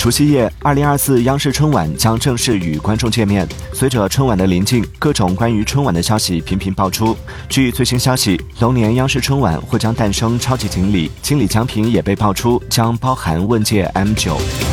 除夕夜，2024央视春晚将正式与观众见面。随着春晚的临近，各种关于春晚的消息频频爆出。据最新消息，龙年央视春晚或将诞生超级锦鲤，锦鲤奖品也被爆出将包含问界 M9。